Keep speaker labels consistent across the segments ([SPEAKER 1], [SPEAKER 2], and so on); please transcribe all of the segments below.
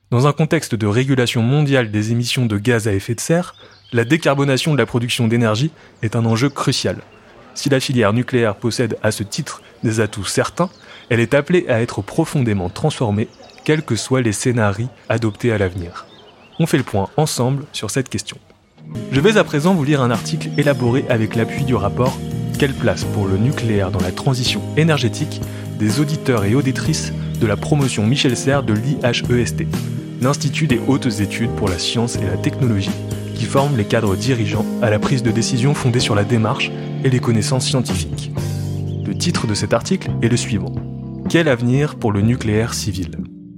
[SPEAKER 1] Dans un contexte de régulation mondiale des émissions de gaz à effet de serre, la décarbonation de la production d'énergie est un enjeu crucial. Si la filière nucléaire possède à ce titre des atouts certains, elle est appelée à être profondément transformée, quels que soient les scénarios adoptés à l'avenir. On fait le point ensemble sur cette question. Je vais à présent vous lire un article élaboré avec l'appui du rapport « Quelle place pour le nucléaire dans la transition énergétique ?» des auditeurs et auditrices de la promotion Michel Serres de l'IHEST, l'Institut des hautes études pour la science et la technologie, qui forme les cadres dirigeants à la prise de décision fondée sur la démarche et les connaissances scientifiques. Le titre de cet article est le suivant : Quel avenir pour le nucléaire civil ?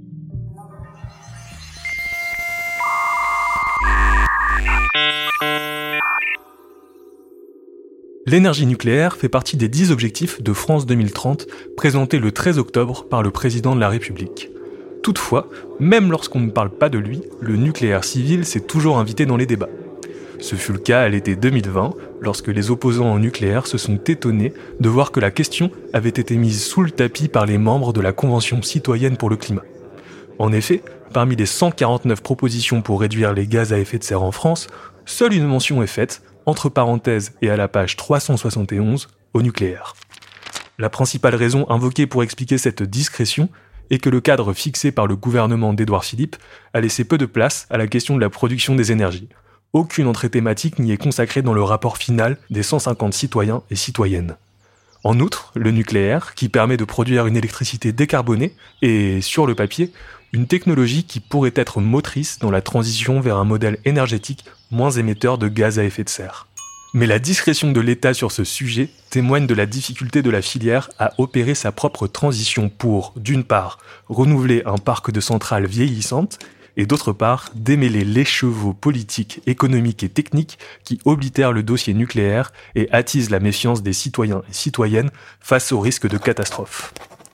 [SPEAKER 1] L'énergie nucléaire fait partie des 10 objectifs de France 2030 présentés le 13 octobre par le président de la République. Toutefois, même lorsqu'on ne parle pas de lui, le nucléaire civil s'est toujours invité dans les débats. Ce fut le cas à l'été 2020, lorsque les opposants au nucléaire se sont étonnés de voir que la question avait été mise sous le tapis par les membres de la Convention citoyenne pour le climat. En effet, parmi les 149 propositions pour réduire les gaz à effet de serre en France, seule une mention est faite, entre parenthèses et à la page 371, au nucléaire. La principale raison invoquée pour expliquer cette discrétion est que le cadre fixé par le gouvernement d'Édouard Philippe a laissé peu de place à la question de la production des énergies. Aucune entrée thématique n'y est consacrée dans le rapport final des 150 citoyens et citoyennes. En outre, le nucléaire, qui permet de produire une électricité décarbonée, est, sur le papier, une technologie qui pourrait être motrice dans la transition vers un modèle énergétique moins émetteur de gaz à effet de serre. Mais la discrétion de l'État sur ce sujet témoigne de la difficulté de la filière à opérer sa propre transition pour, d'une part, renouveler un parc de centrales vieillissantes, et d'autre part, démêler l'écheveau politique, économique et technique qui oblitère le dossier nucléaire et attise la méfiance des citoyens et citoyennes face au risque de catastrophe.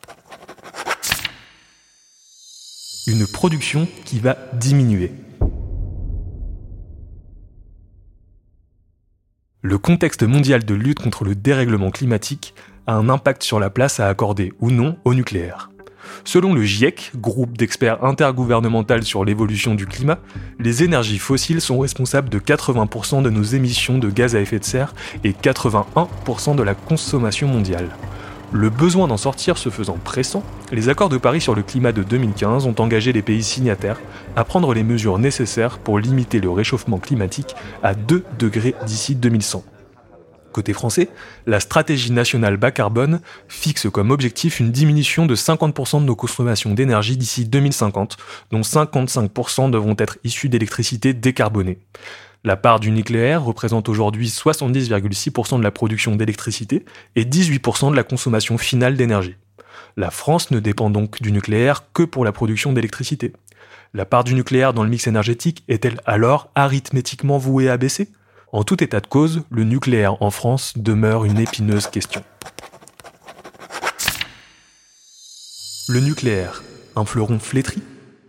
[SPEAKER 1] Une production qui va diminuer. Le contexte mondial de lutte contre le dérèglement climatique a un impact sur la place à accorder ou non au nucléaire. Selon le GIEC, groupe d'experts intergouvernemental sur l'évolution du climat, les énergies fossiles sont responsables de 80% de nos émissions de gaz à effet de serre et 81% de la consommation mondiale. Le besoin d'en sortir se faisant pressant, les accords de Paris sur le climat de 2015 ont engagé les pays signataires à prendre les mesures nécessaires pour limiter le réchauffement climatique à 2 degrés d'ici 2100. Côté français, la stratégie nationale bas carbone fixe comme objectif une diminution de 50% de nos consommations d'énergie d'ici 2050, dont 55% devront être issues d'électricité décarbonée. La part du nucléaire représente aujourd'hui 70,6% de la production d'électricité et 18% de la consommation finale d'énergie. La France ne dépend donc du nucléaire que pour la production d'électricité. La part du nucléaire dans le mix énergétique est-elle alors arithmétiquement vouée à baisser ? En tout état de cause, le nucléaire en France demeure une épineuse question. Le nucléaire, un fleuron flétri ?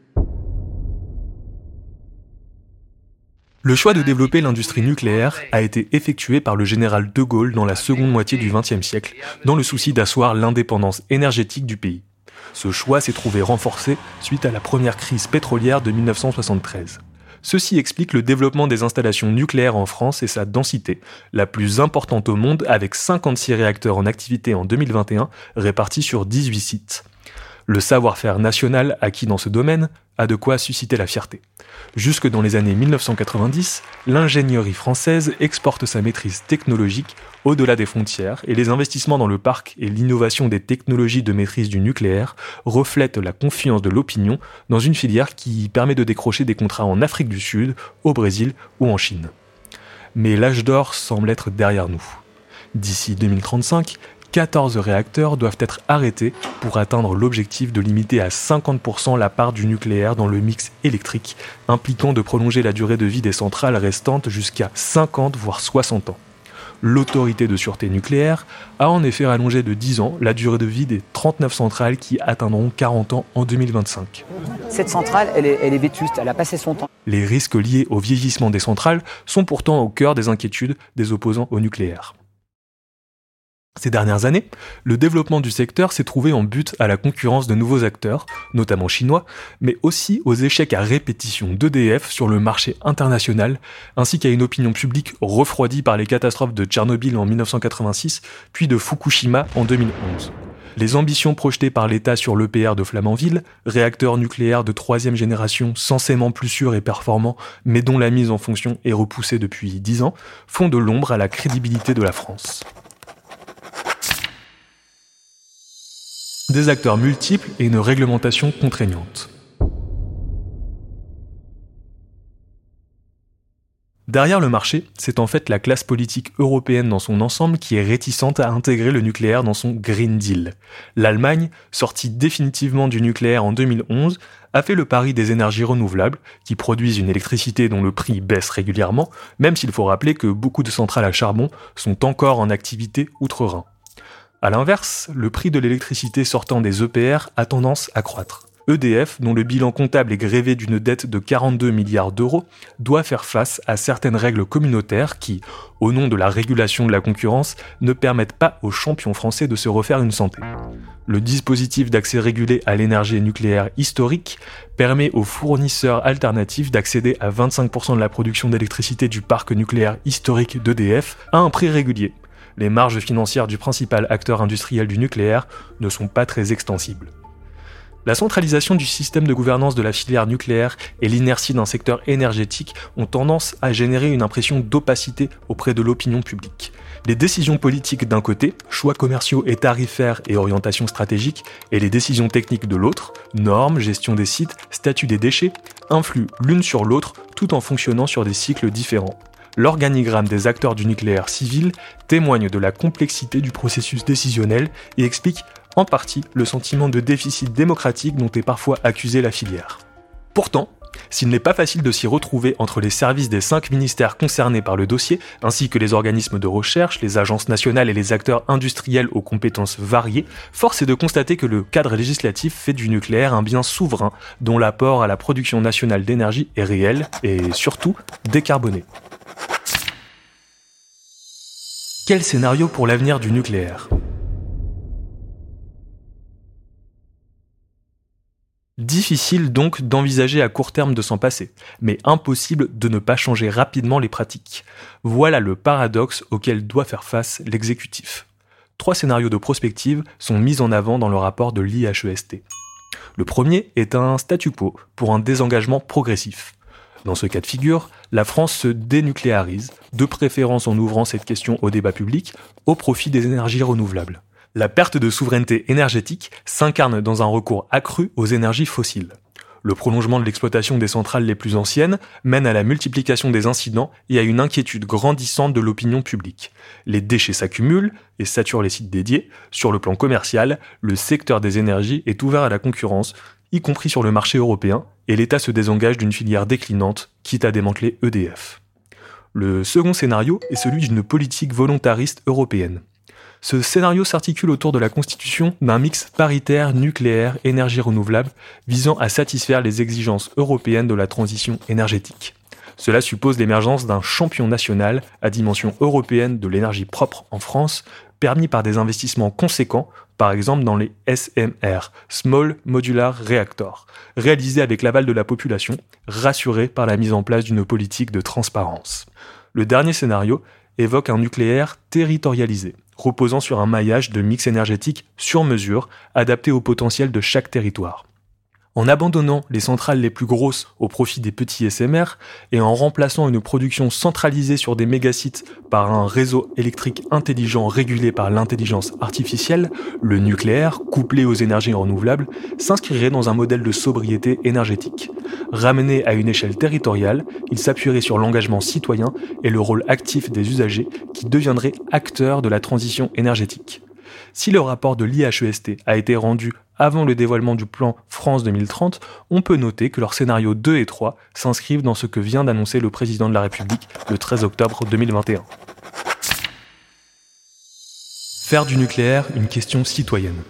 [SPEAKER 1] Le choix de développer l'industrie nucléaire a été effectué par le général de Gaulle dans la seconde moitié du XXe siècle, dans le souci d'asseoir l'indépendance énergétique du pays. Ce choix s'est trouvé renforcé suite à la première crise pétrolière de 1973. Ceci explique le développement des installations nucléaires en France et sa densité, la plus importante au monde avec 56 réacteurs en activité en 2021, répartis sur 18 sites. Le savoir-faire national acquis dans ce domaine a de quoi susciter la fierté. Jusque dans les années 1990, l'ingénierie française exporte sa maîtrise technologique au-delà des frontières et les investissements dans le parc et l'innovation des technologies de maîtrise du nucléaire reflètent la confiance de l'opinion dans une filière qui permet de décrocher des contrats en Afrique du Sud, au Brésil ou en Chine. Mais l'âge d'or semble être derrière nous. D'ici 2035, 14 réacteurs doivent être arrêtés pour atteindre l'objectif de limiter à 50% la part du nucléaire dans le mix électrique, impliquant de prolonger la durée de vie des centrales restantes jusqu'à 50 voire 60 ans. L'autorité de sûreté nucléaire a en effet rallongé de 10 ans la durée de vie des 39 centrales qui atteindront 40 ans en 2025.
[SPEAKER 2] Cette centrale, elle est vétuste, elle a passé son temps.
[SPEAKER 1] Les risques liés au vieillissement des centrales sont pourtant au cœur des inquiétudes des opposants au nucléaire. Ces dernières années, le développement du secteur s'est trouvé en butte à la concurrence de nouveaux acteurs, notamment chinois, mais aussi aux échecs à répétition d'EDF sur le marché international, ainsi qu'à une opinion publique refroidie par les catastrophes de Tchernobyl en 1986, puis de Fukushima en 2011. Les ambitions projetées par l'État sur l'EPR de Flamanville, réacteur nucléaire de 3e génération censément plus sûr et performant, mais dont la mise en fonction est repoussée depuis 10 ans, font de l'ombre à la crédibilité de la France. Des acteurs multiples et une réglementation contraignante. Derrière le marché, c'est en fait la classe politique européenne dans son ensemble qui est réticente à intégrer le nucléaire dans son Green Deal. L'Allemagne, sortie définitivement du nucléaire en 2011, a fait le pari des énergies renouvelables, qui produisent une électricité dont le prix baisse régulièrement, même s'il faut rappeler que beaucoup de centrales à charbon sont encore en activité outre-Rhin. A l'inverse, le prix de l'électricité sortant des EPR a tendance à croître. EDF, dont le bilan comptable est grévé d'une dette de 42 milliards d'euros, doit faire face à certaines règles communautaires qui, au nom de la régulation de la concurrence, ne permettent pas aux champions français de se refaire une santé. Le dispositif d'accès régulé à l'énergie nucléaire historique permet aux fournisseurs alternatifs d'accéder à 25% de la production d'électricité du parc nucléaire historique d'EDF à un prix régulier. Les marges financières du principal acteur industriel du nucléaire ne sont pas très extensibles. La centralisation du système de gouvernance de la filière nucléaire et l'inertie d'un secteur énergétique ont tendance à générer une impression d'opacité auprès de l'opinion publique. Les décisions politiques d'un côté, choix commerciaux et tarifaires et orientations stratégiques, et les décisions techniques de l'autre, normes, gestion des sites, statut des déchets, influent l'une sur l'autre tout en fonctionnant sur des cycles différents. L'organigramme des acteurs du nucléaire civil témoigne de la complexité du processus décisionnel et explique en partie le sentiment de déficit démocratique dont est parfois accusée la filière. Pourtant, s'il n'est pas facile de s'y retrouver entre les services des 5 ministères concernés par le dossier, ainsi que les organismes de recherche, les agences nationales et les acteurs industriels aux compétences variées, force est de constater que le cadre législatif fait du nucléaire un bien souverain dont l'apport à la production nationale d'énergie est réel et surtout décarboné. Quel scénario pour l'avenir du nucléaire ? Difficile donc d'envisager à court terme de s'en passer, mais impossible de ne pas changer rapidement les pratiques. Voilà le paradoxe auquel doit faire face l'exécutif. 3 scénarios de prospective sont mis en avant dans le rapport de l'IHEST. Le premier est un statu quo pour un désengagement progressif. Dans ce cas de figure, la France se dénucléarise, de préférence en ouvrant cette question au débat public, au profit des énergies renouvelables. La perte de souveraineté énergétique s'incarne dans un recours accru aux énergies fossiles. Le prolongement de l'exploitation des centrales les plus anciennes mène à la multiplication des incidents et à une inquiétude grandissante de l'opinion publique. Les déchets s'accumulent et saturent les sites dédiés. Sur le plan commercial, le secteur des énergies est ouvert à la concurrence, y compris sur le marché européen, et l'État se désengage d'une filière déclinante, quitte à démanteler EDF. Le second scénario est celui d'une politique volontariste européenne. Ce scénario s'articule autour de la constitution d'un mix paritaire nucléaire-énergie renouvelable visant à satisfaire les exigences européennes de la transition énergétique. Cela suppose l'émergence d'un champion national à dimension européenne de l'énergie propre en France, permis par des investissements conséquents, par exemple dans les SMR, Small Modular Reactor, réalisés avec l'aval de la population, rassurée par la mise en place d'une politique de transparence. Le dernier scénario évoque un nucléaire territorialisé, reposant sur un maillage de mix énergétique sur mesure, adapté au potentiel de chaque territoire. En abandonnant les centrales les plus grosses au profit des petits SMR et en remplaçant une production centralisée sur des mégasites par un réseau électrique intelligent régulé par l'intelligence artificielle, le nucléaire, couplé aux énergies renouvelables, s'inscrirait dans un modèle de sobriété énergétique. Ramené à une échelle territoriale, il s'appuierait sur l'engagement citoyen et le rôle actif des usagers qui deviendraient acteurs de la transition énergétique. Si le rapport de l'IHEST a été rendu avant le dévoilement du plan France 2030, on peut noter que leurs scénarios 2 et 3 s'inscrivent dans ce que vient d'annoncer le président de la République le 13 octobre 2021. Faire du nucléaire une question citoyenne.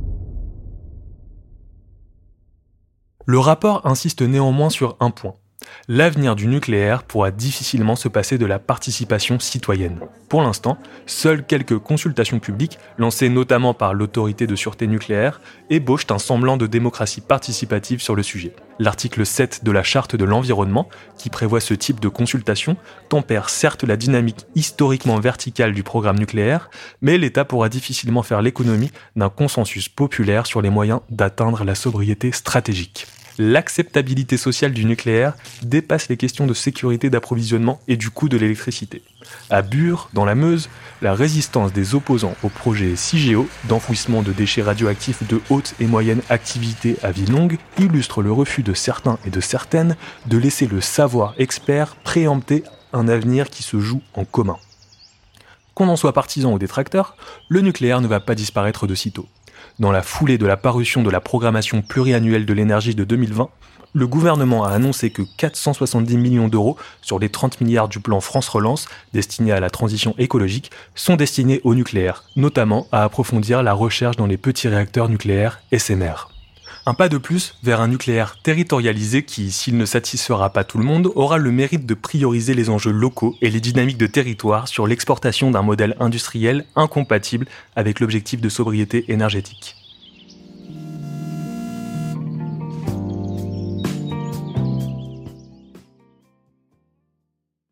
[SPEAKER 1] Le rapport insiste néanmoins sur un point. l'avenir du nucléaire pourra difficilement se passer de la participation citoyenne. Pour l'instant, seules quelques consultations publiques, lancées notamment par l'autorité de sûreté nucléaire, ébauchent un semblant de démocratie participative sur le sujet. L'article 7 de la Charte de l'environnement, qui prévoit ce type de consultation, tempère certes la dynamique historiquement verticale du programme nucléaire, mais l'État pourra difficilement faire l'économie d'un consensus populaire sur les moyens d'atteindre la sobriété stratégique. L'acceptabilité sociale du nucléaire dépasse les questions de sécurité d'approvisionnement et du coût de l'électricité. À Bure, dans la Meuse, la résistance des opposants au projet CIGEO d'enfouissement de déchets radioactifs de haute et moyenne activité à vie longue illustre le refus de certains et de certaines de laisser le savoir expert préempter un avenir qui se joue en commun. Qu'on en soit partisan ou détracteur, le nucléaire ne va pas disparaître de sitôt. Dans la foulée de la parution de la programmation pluriannuelle de l'énergie de 2020, le gouvernement a annoncé que 470 millions d'euros sur les 30 milliards du plan France Relance destinés à la transition écologique sont destinés au nucléaire, notamment à approfondir la recherche dans les petits réacteurs nucléaires SMR. Un pas de plus vers un nucléaire territorialisé qui, s'il ne satisfera pas tout le monde, aura le mérite de prioriser les enjeux locaux et les dynamiques de territoire sur l'exportation d'un modèle industriel incompatible avec l'objectif de sobriété énergétique.